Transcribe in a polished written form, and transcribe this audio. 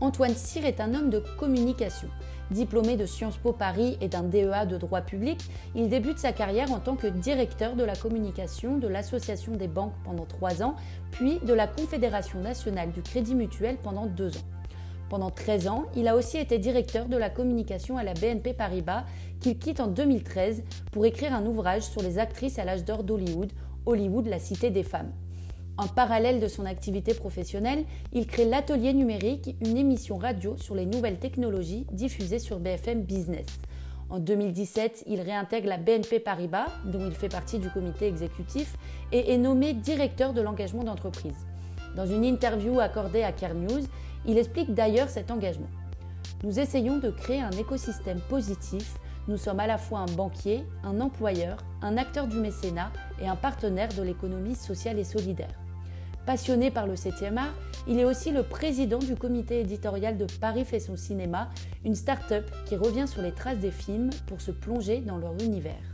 Antoine Cyr est un homme de communication. Diplômé de Sciences Po Paris et d'un DEA de droit public, il débute sa carrière en tant que directeur de la communication de l'Association des banques pendant 3 ans, puis de la Confédération nationale du crédit mutuel pendant 2 ans. Pendant 13 ans, il a aussi été directeur de la communication à la BNP Paribas, qu'il quitte en 2013 pour écrire un ouvrage sur les actrices à l'âge d'or d'Hollywood, Hollywood, la cité des femmes. En parallèle de son activité professionnelle, il crée l'Atelier numérique, une émission radio sur les nouvelles technologies diffusée sur BFM Business. En 2017, il réintègre la BNP Paribas, dont il fait partie du comité exécutif, et est nommé directeur de l'engagement d'entreprise. Dans une interview accordée à Care News, il explique d'ailleurs cet engagement. Nous essayons de créer un écosystème positif. Nous sommes à la fois un banquier, un employeur, un acteur du mécénat et un partenaire de l'économie sociale et solidaire. Passionné par le 7e art, il est aussi le président du comité éditorial de Paris fait son cinéma, une start-up qui revient sur les traces des films pour se plonger dans leur univers.